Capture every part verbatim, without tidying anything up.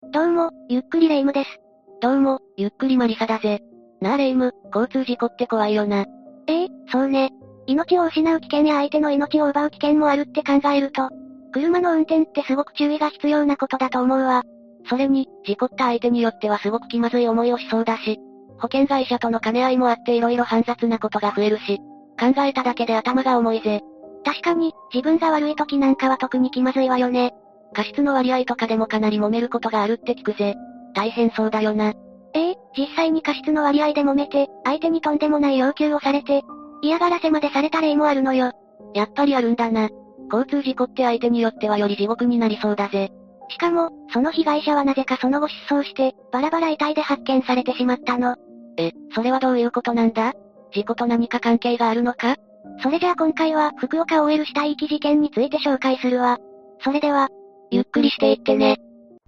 どうも、ゆっくりレ夢ムです。 どうも、ゆっくりマリサだぜ。なあレ夢ム、交通事故って怖いよな。 ええ、そうね。命を失う危険や相手の命を奪う危険もあるって考えると、車の運転ってすごく注意が必要なことだと思うわ。 それに、事故った相手によってはすごく気まずい思いをしそうだし、保険会社との兼ね合いもあって色々煩雑なことが増えるし、考えただけで頭が重いぜ。 確かに、自分が悪い時なんかは特に気まずいわよね。 過失の割合とかでもかなり揉めることがあるって聞くぜ。大変そうだよな。 ええ、実際に過失の割合で揉めて、相手にとんでもない要求をされて、嫌がらせまでされた例もあるのよ。 やっぱりあるんだな。交通事故って相手によってはより地獄になりそうだぜ。 しかも、その被害者はなぜかその後失踪して、バラバラ遺体で発見されてしまったの。 え、それはどういうことなんだ？事故と何か関係があるのか？ それじゃあ今回は、福岡 オーエル 死体遺棄事件について紹介するわ。それでは、 ゆっくりしていってね。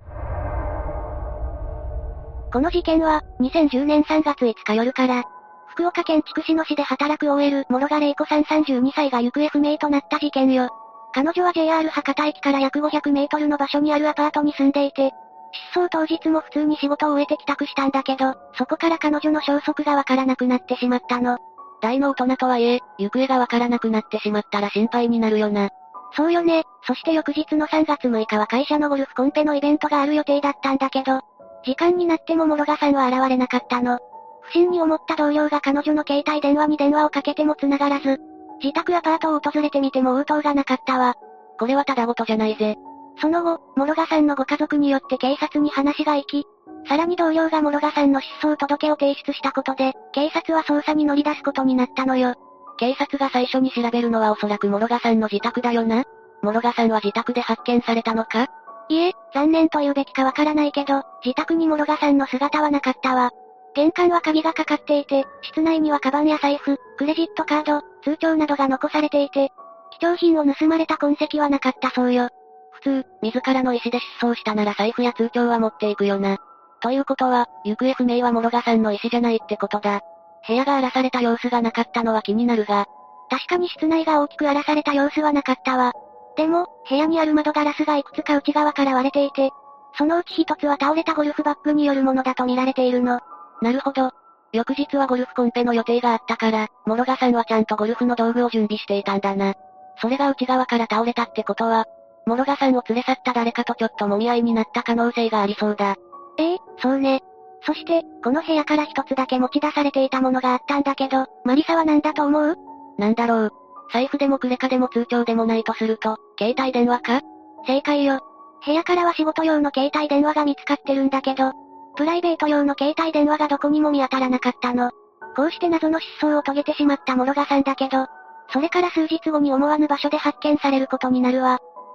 この事件は、にせんじゅうねんさんがついつか夜から、福岡県筑紫野市で働く オーエル、諸賀玲子さんさんじゅうにさいが行方不明となった事件よ。彼女は ジェイアール 博多駅から約ごひゃくメートルの場所にあるアパートに住んでいて、失踪当日も普通に仕事を終えて帰宅したんだけど、そこから彼女の消息がわからなくなってしまったの。 大の大人とはいえ、行方がわからなくなってしまったら心配になるよな。 そうよね。そして翌日のさんがつむいかは会社のゴルフコンペのイベントがある予定だったんだけど、時間になっても諸賀さんは現れなかったの。不審に思った同僚が彼女の携帯電話に電話をかけても繋がらず、自宅アパートを訪れてみても応答がなかったわ。 これはただごとじゃないぜ。 その後、諸賀さんのご家族によって警察に話が行き、さらに同僚が諸賀さんの失踪届を提出したことで、警察は捜査に乗り出すことになったのよ。 警察が最初に調べるのはおそらく諸賀さんの自宅だよな。諸賀さんは自宅で発見されたのか？ いえ、残念と言うべきかわからないけど、自宅に諸賀さんの姿はなかったわ。玄関は鍵がかかっていて、室内にはカバンや財布、クレジットカード、通帳などが残されていて、貴重品を盗まれた痕跡はなかったそうよ。 普通、自らの意思で失踪したなら財布や通帳は持っていくよな。ということは、行方不明は諸賀さんの意思じゃないってことだ。部屋が荒らされた様子がなかったのは気になるが。 確かに室内が大きく荒らされた様子はなかったわ。でも、部屋にある窓ガラスがいくつか内側から割れていて、そのうち一つは倒れたゴルフバッグによるものだと見られているの。 なるほど。翌日はゴルフコンペの予定があったから、諸賀さんはちゃんとゴルフの道具を準備していたんだな。それが内側から倒れたってことは、諸賀さんを連れ去った誰かとちょっと揉み合いになった可能性がありそうだ。 ええ、そうね。そして、この部屋から一つだけ持ち出されていたものがあったんだけど、マリサは何だと思う？ なんだろう。財布でもクレカでも通帳でもないとすると、携帯電話か？ 正解よ。部屋からは仕事用の携帯電話が見つかってるんだけど、プライベート用の携帯電話がどこにも見当たらなかったの。こうして謎の失踪を遂げてしまった諸賀さんだけど、それから数日後に思わぬ場所で発見されることになるわ。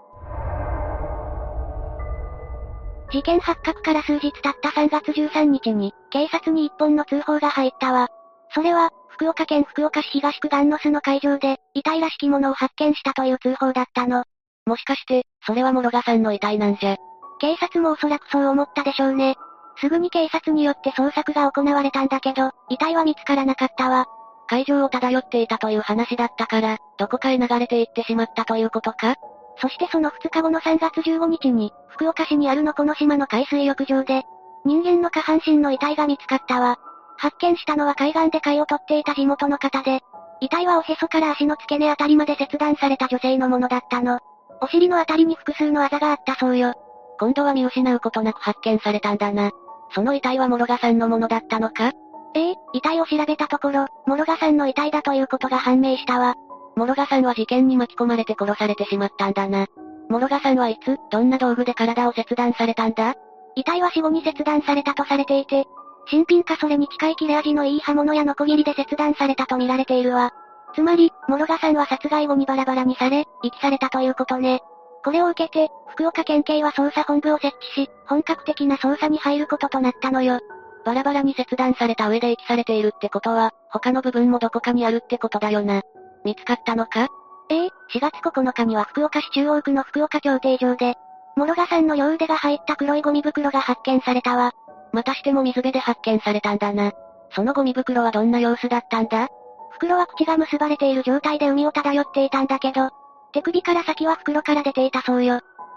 事件発覚から数日経ったさんがつじゅうさんにちに、警察に一本の通報が入ったわ。それは、福岡県福岡市東区ガンノスの海上で、遺体らしきものを発見したという通報だったの。 もしかして、それは諸賀さんの遺体なんじゃ。 警察もおそらくそう思ったでしょうね。すぐに警察によって捜索が行われたんだけど、遺体は見つからなかったわ。 海上を漂っていたという話だったから、どこかへ流れて行ってしまったということか？ そしてそのふつかごのさんがつじゅうごにちに、福岡市にあるのこの島の海水浴場で、人間の下半身の遺体が見つかったわ。発見したのは海岸で貝を取っていた地元の方で、遺体はおへそから足の付け根あたりまで切断された女性のものだったの。お尻のあたりに複数のあざがあったそうよ。 今度は見失うことなく発見されたんだな。その遺体は諸賀さんのものだったのか？ ええ、遺体を調べたところ、諸賀さんの遺体だということが判明したわ。 諸賀さんは事件に巻き込まれて殺されてしまったんだな。諸賀さんはいつ、どんな道具で体を切断されたんだ？ 遺体は死後に切断されたとされていて、新品かそれに近い切れ味のいい刃物やノコギリで切断されたと見られているわ。つまり、諸賀さんは殺害後にバラバラにされ、遺棄されたということね。これを受けて、福岡県警は捜査本部を設置し、本格的な捜査に入ることとなったのよ。 バラバラに切断された上で遺棄されているってことは、他の部分もどこかにあるってことだよな。見つかったのか？ ええ、しがつここのかには福岡市中央区の福岡競艇場で、諸賀さんの両腕が入った黒いゴミ袋が発見されたわ。 またしても水辺で発見されたんだな。そのゴミ袋はどんな様子だったんだ？ 袋は口が結ばれている状態で海を漂っていたんだけど、手首から先は袋から出ていたそうよ。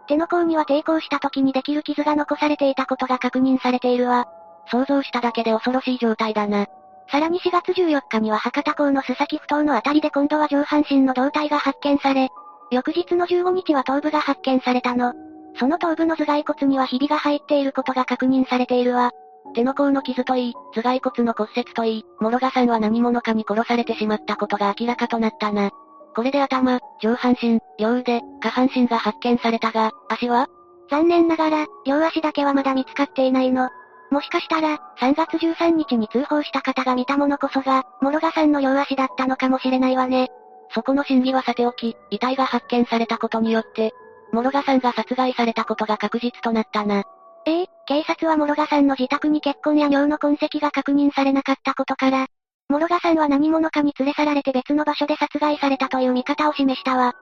手の甲には抵抗した時にできる傷が残されていたことが確認されているわ。 想像しただけで恐ろしい状態だな。 さらにしがつじゅうよっかには博多港の須崎埠頭のあたりで今度は上半身の胴体が発見され、翌日のじゅうごにちは頭部が発見されたの。その頭部の頭蓋骨にはひびが入っていることが確認されているわ。 手の甲の傷といい、頭蓋骨の骨折といい、諸賀さんは何者かに殺されてしまったことが明らかとなったな。これで頭、上半身、両腕、下半身が発見されたが、足は？ 残念ながら、両足だけはまだ見つかっていないの。もしかしたら、さんがつじゅうさんにちに通報した方が見たものこそが、諸賀さんの両足だったのかもしれないわね。 そこの真偽はさておき、遺体が発見されたことによって、諸賀さんが殺害されたことが確実となったな。 ええ、警察は諸賀さんの自宅に血痕や尿の痕跡が確認されなかったことから、諸賀さんは何者かに連れ去られて別の場所で殺害されたという見方を示したわ。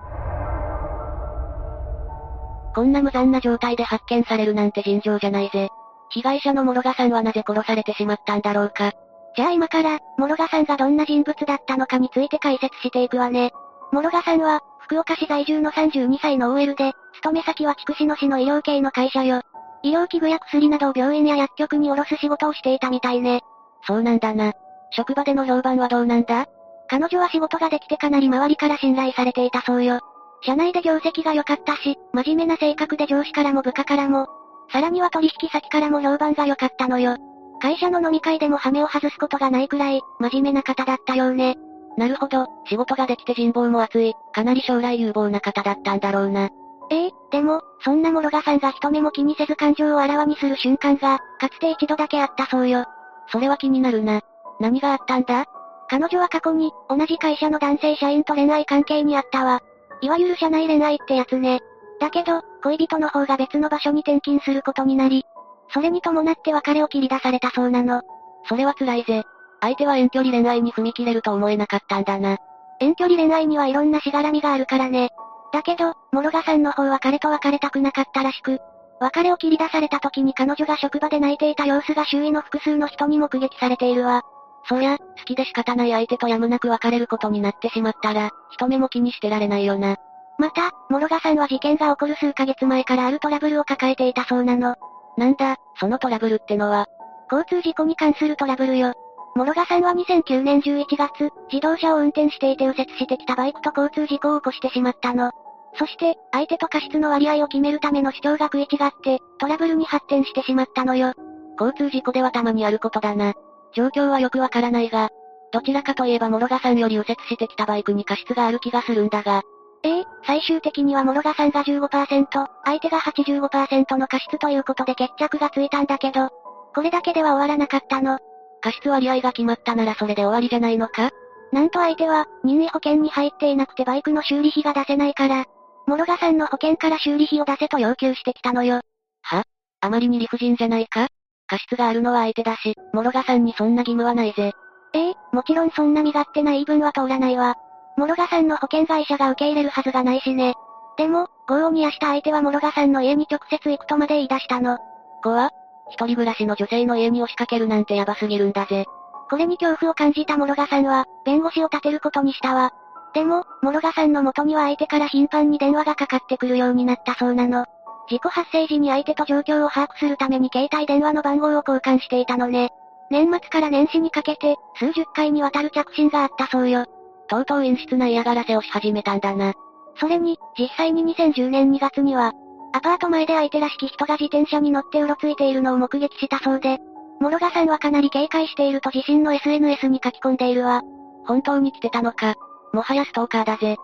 こんな無残な状態で発見されるなんて尋常じゃないぜ。被害者の諸賀さんはなぜ殺されてしまったんだろうか。 じゃあ今から、諸賀さんがどんな人物だったのかについて解説していくわね。諸賀さんは、福岡市在住のさんじゅうにさいの オーエル で、勤め先は筑紫野市の医療系の会社よ。医療器具や薬などを病院や薬局に卸す仕事をしていたみたいね。 そうなんだな。職場での評判はどうなんだ？ 彼女は仕事ができてかなり周りから信頼されていたそうよ。社内で業績が良かったし、真面目な性格で上司からも部下からも、さらには取引先からも評判が良かったのよ。会社の飲み会でもハメを外すことがないくらい、真面目な方だったようね。 なるほど、仕事ができて人望も厚い、かなり将来有望な方だったんだろうな。 ええ、でも、そんな諸賀さんが人目も気にせず感情をあらわにする瞬間が、かつて一度だけあったそうよ。 それは気になるな。何があったんだ？ 彼女は過去に、同じ会社の男性社員と恋愛関係にあったわ。いわゆる社内恋愛ってやつね。だけど、恋人の方が別の場所に転勤することになり、それに伴って別れを切り出されたそうなの。 それは辛いぜ。相手は遠距離恋愛に踏み切れると思えなかったんだな。 遠距離恋愛にはいろんなしがらみがあるからね。だけど、諸賀さんの方は彼と別れたくなかったらしく、別れを切り出された時に彼女が職場で泣いていた様子が周囲の複数の人に目撃されているわ。 そりゃ、好きで仕方ない相手とやむなく別れることになってしまったら、人目も気にしてられないよな。 また、諸賀さんは事件が起こる数ヶ月前からあるトラブルを抱えていたそうなの。 なんだ、そのトラブルってのは。 交通事故に関するトラブルよ。諸賀さんはにせんきゅうねんじゅういちがつ、自動車を運転していて右折してきたバイクと交通事故を起こしてしまったの。そして、相手と過失の割合を決めるための主張が食い違って、トラブルに発展してしまったのよ。 交通事故ではたまにあることだな。状況はよくわからないが、どちらかといえば諸賀さんより右折してきたバイクに過失がある気がするんだが。 ええ、最終的には諸賀さんが じゅうごパーセント、相手が はちじゅうごパーセント の過失ということで決着がついたんだけど、これだけでは終わらなかったの。 過失割合が決まったならそれで終わりじゃないのか？ なんと相手は、任意保険に入っていなくてバイクの修理費が出せないから、諸賀さんの保険から修理費を出せと要求してきたのよ。 は？あまりに理不尽じゃないか？過失があるのは相手だし、諸賀さんにそんな義務はないぜ。 ええ、もちろんそんな身勝手な言い分は通らないわ。諸賀さんの保険会社が受け入れるはずがないしね。でも、業を煮やした相手は諸賀さんの家に直接行くとまで言い出したの。 怖？一人暮らしの女性の家に押しかけるなんてヤバすぎるんだぜ。 これに恐怖を感じた諸賀さんは、弁護士を立てることにしたわ。でも、諸賀さんの元には相手から頻繁に電話がかかってくるようになったそうなの。事故発生時に相手と状況を把握するために携帯電話の番号を交換していたのね。年末から年始にかけて、数十回にわたる着信があったそうよ。 とうとう陰湿な嫌がらせをし始めたんだな。 それに、実際ににせんじゅうねんにがつには、アパート前で相手らしき人が自転車に乗ってうろついているのを目撃したそうで、諸賀さんはかなり警戒していると自身の エスエヌエス に書き込んでいるわ。 本当に来てたのか。もはやストーカーだぜ。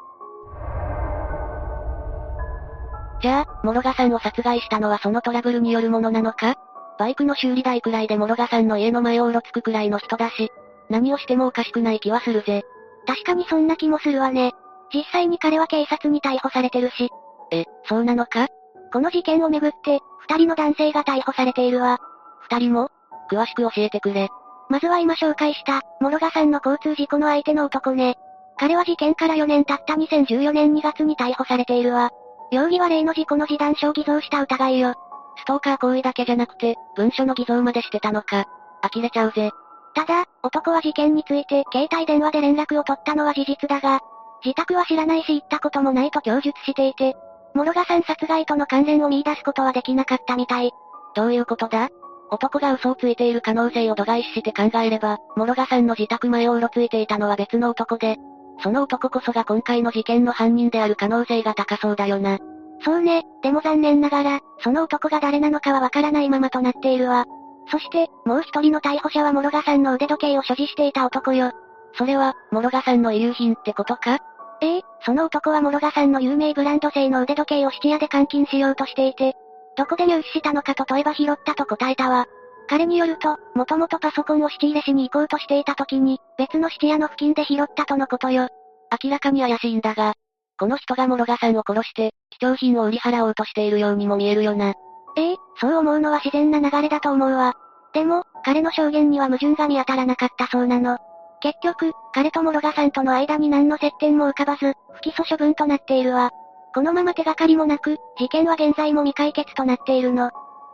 じゃあ、諸賀さんを殺害したのはそのトラブルによるものなのか？バイクの修理代くらいで諸賀さんの家の前をうろつくくらいの人だし、何をしてもおかしくない気はするぜ。 確かにそんな気もするわね。実際に彼は警察に逮捕されてるし。 え、そうなのか？ この事件をめぐって、二人の男性が逮捕されているわ。 二人も？詳しく教えてくれ。 まずは今紹介した、諸賀さんの交通事故の相手の男ね。彼は事件からよねん経ったにせんじゅうよねんにがつに逮捕されているわ。容疑は例の事故の示談書を偽造した疑いよ。 ストーカー行為だけじゃなくて、文書の偽造までしてたのか。呆れちゃうぜ。 ただ、男は事件について携帯電話で連絡を取ったのは事実だが、自宅は知らないし行ったこともないと供述していて、 諸賀さん殺害との関連を見出すことはできなかったみたい。 どういうことだ？男が嘘をついている可能性を度外視して考えれば、諸賀さんの自宅前をうろついていたのは別の男で、その男こそが今回の事件の犯人である可能性が高そうだよな。 そうね、でも残念ながら、その男が誰なのかはわからないままとなっているわ。そして、もう一人の逮捕者は諸賀さんの腕時計を所持していた男よ。 それは、諸賀さんの遺留品ってことか？ ええ、その男は諸賀さんの有名ブランド製の腕時計を質屋で換金しようとしていて、どこで入手したのかと問えば拾ったと答えたわ。彼によると、もともとパソコンを質入れしに行こうとしていた時に、別の質屋の付近で拾ったとのことよ。 明らかに怪しいんだが、この人が諸賀さんを殺して、貴重品を売り払おうとしているようにも見えるよな。 ええ、そう思うのは自然な流れだと思うわ。でも、彼の証言には矛盾が見当たらなかったそうなの。結局、彼と諸賀さんとの間に何の接点も浮かばず、不起訴処分となっているわ。このまま手がかりもなく、事件は現在も未解決となっているの。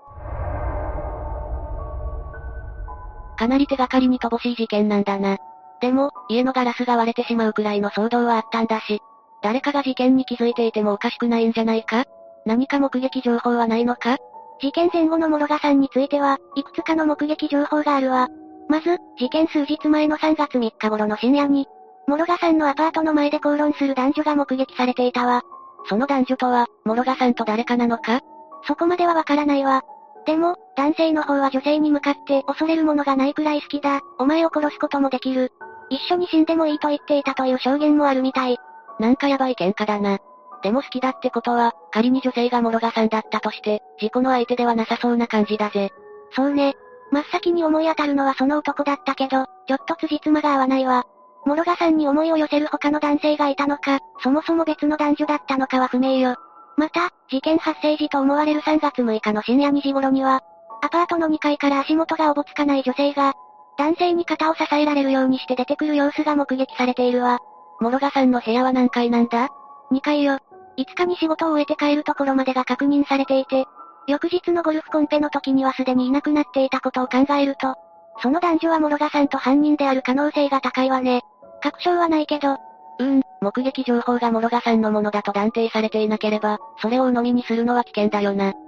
かなり手がかりに乏しい事件なんだな。でも、家のガラスが割れてしまうくらいの騒動はあったんだし、誰かが事件に気づいていてもおかしくないんじゃないか？何か目撃情報はないのか？ 事件前後の諸賀さんについては、いくつかの目撃情報があるわ。まず、事件数日前のさんがつみっか頃の深夜に、諸賀さんのアパートの前で口論する男女が目撃されていたわ。 その男女とは、諸賀さんと誰かなのか？ そこまではわからないわ。でも、男性の方は女性に向かって恐れるものがないくらい好きだ、お前を殺すこともできる。一緒に死んでもいいと言っていたという証言もあるみたい。 なんかやばい喧嘩だな。でも好きだってことは、仮に女性が諸賀さんだったとして、事故の相手ではなさそうな感じだぜ。 そうね。真っ先に思い当たるのはその男だったけど、ちょっと辻褄が合わないわ。諸賀さんに思いを寄せる他の男性がいたのか、そもそも別の男女だったのかは不明よ。また、事件発生時と思われるさんがつむいかの深夜にじ頃には、アパートのにかいから足元がおぼつかない女性が、男性に肩を支えられるようにして出てくる様子が目撃されているわ。 諸賀さんの部屋は何階なんだ？ にかいよ。いつかに仕事を終えて帰るところまでが確認されていて、翌日のゴルフコンペの時にはすでにいなくなっていたことを考えると、その男女は諸賀さんと犯人である可能性が高いわね。確証はないけど、 うーん、目撃情報が諸賀さんのものだと断定されていなければ、それを鵜呑みにするのは危険だよな。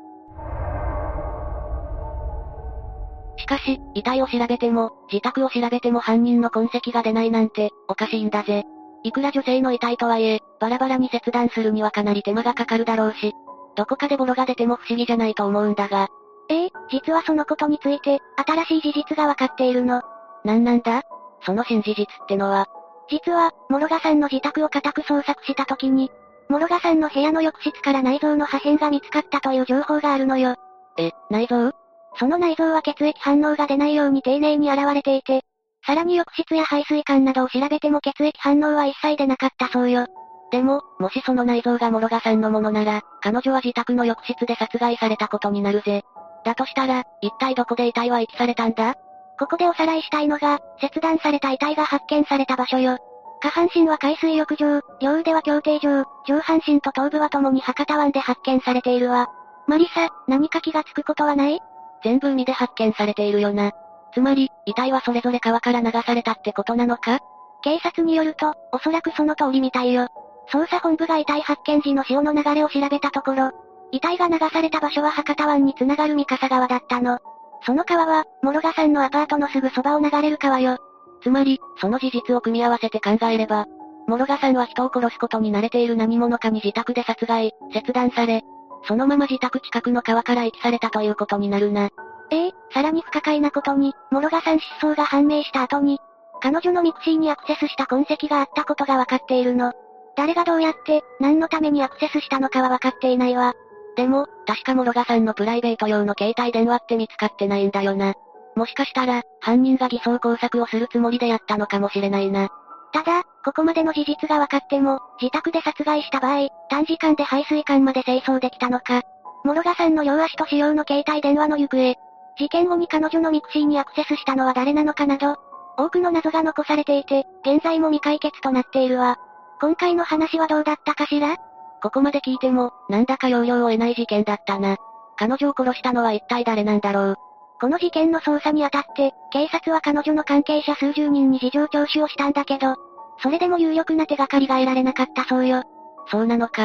しかし、遺体を調べても、自宅を調べても犯人の痕跡が出ないなんて、おかしいんだぜ。いくら女性の遺体とはいえ、バラバラに切断するにはかなり手間がかかるだろうし、どこかでボロが出ても不思議じゃないと思うんだが。 ええ、実はそのことについて、新しい事実がわかっているの。 なんなんだ？その新事実ってのは。 実は、諸賀さんの自宅を家宅捜索した時に、諸賀さんの部屋の浴室から内臓の破片が見つかったという情報があるのよ。 え、内臓？ その内臓は血液反応が出ないように丁寧に洗われていて、さらに浴室や排水管などを調べても血液反応は一切出なかったそうよ。 でも、もしその内臓が諸賀さんのものなら、彼女は自宅の浴室で殺害されたことになるぜ。だとしたら、一体どこで遺体は遺棄されたんだ？ ここでおさらいしたいのが、切断された遺体が発見された場所よ。下半身は海水浴場、両腕は競艇場、上半身と頭部は共に博多湾で発見されているわ。マリサ、何か気がつくことはない？ 全部海で発見されているよな。つまり、遺体はそれぞれ川から流されたってことなのか？ 警察によると、おそらくその通りみたいよ。捜査本部が遺体発見時の潮の流れを調べたところ、遺体が流された場所は博多湾に繋がる三笠川だったの。その川は、諸賀さんのアパートのすぐそばを流れる川よ。 つまり、その事実を組み合わせて考えれば、諸賀さんは人を殺すことに慣れている何者かに自宅で殺害、切断され、そのまま自宅近くの川から遺棄されたということになるな。 ええ、さらに不可解なことに、諸賀さん失踪が判明した後に、彼女のミクシーにアクセスした痕跡があったことがわかっているの。誰がどうやって、何のためにアクセスしたのかはわかっていないわ。 でも、確か諸賀さんのプライベート用の携帯電話って見つかってないんだよな。もしかしたら、犯人が偽装工作をするつもりでやったのかもしれないな。 ただ、ここまでの事実がわかっても、自宅で殺害した場合、短時間で排水管まで清掃できたのか。諸賀さんの両足と使用の携帯電話の行方。事件後に彼女のミクシーにアクセスしたのは誰なのかなど、多くの謎が残されていて、現在も未解決となっているわ。今回の話はどうだったかしら？ ここまで聞いても、なんだか要領を得ない事件だったな。彼女を殺したのは一体誰なんだろう。 この事件の捜査にあたって、警察は彼女の関係者数十人に事情聴取をしたんだけど、それでも有力な手がかりが得られなかったそうよ。 そうなのか。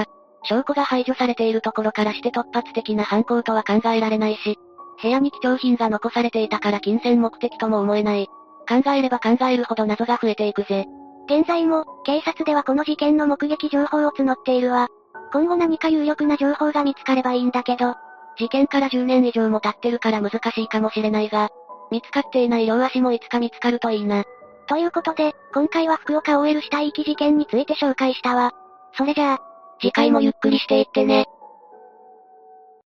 証拠が排除されているところからして突発的な犯行とは考えられないし、部屋に貴重品が残されていたから金銭目的とも思えない。考えれば考えるほど謎が増えていくぜ。 現在も、警察ではこの事件の目撃情報を募っているわ。今後何か有力な情報が見つかればいいんだけど。 事件からじゅうねん以上も経ってるから難しいかもしれないが、見つかっていない両足もいつか見つかるといいな。 ということで、今回は福岡 オーエル 死体遺棄事件について紹介したわ。それじゃあ、 次回もゆっくりしていってね。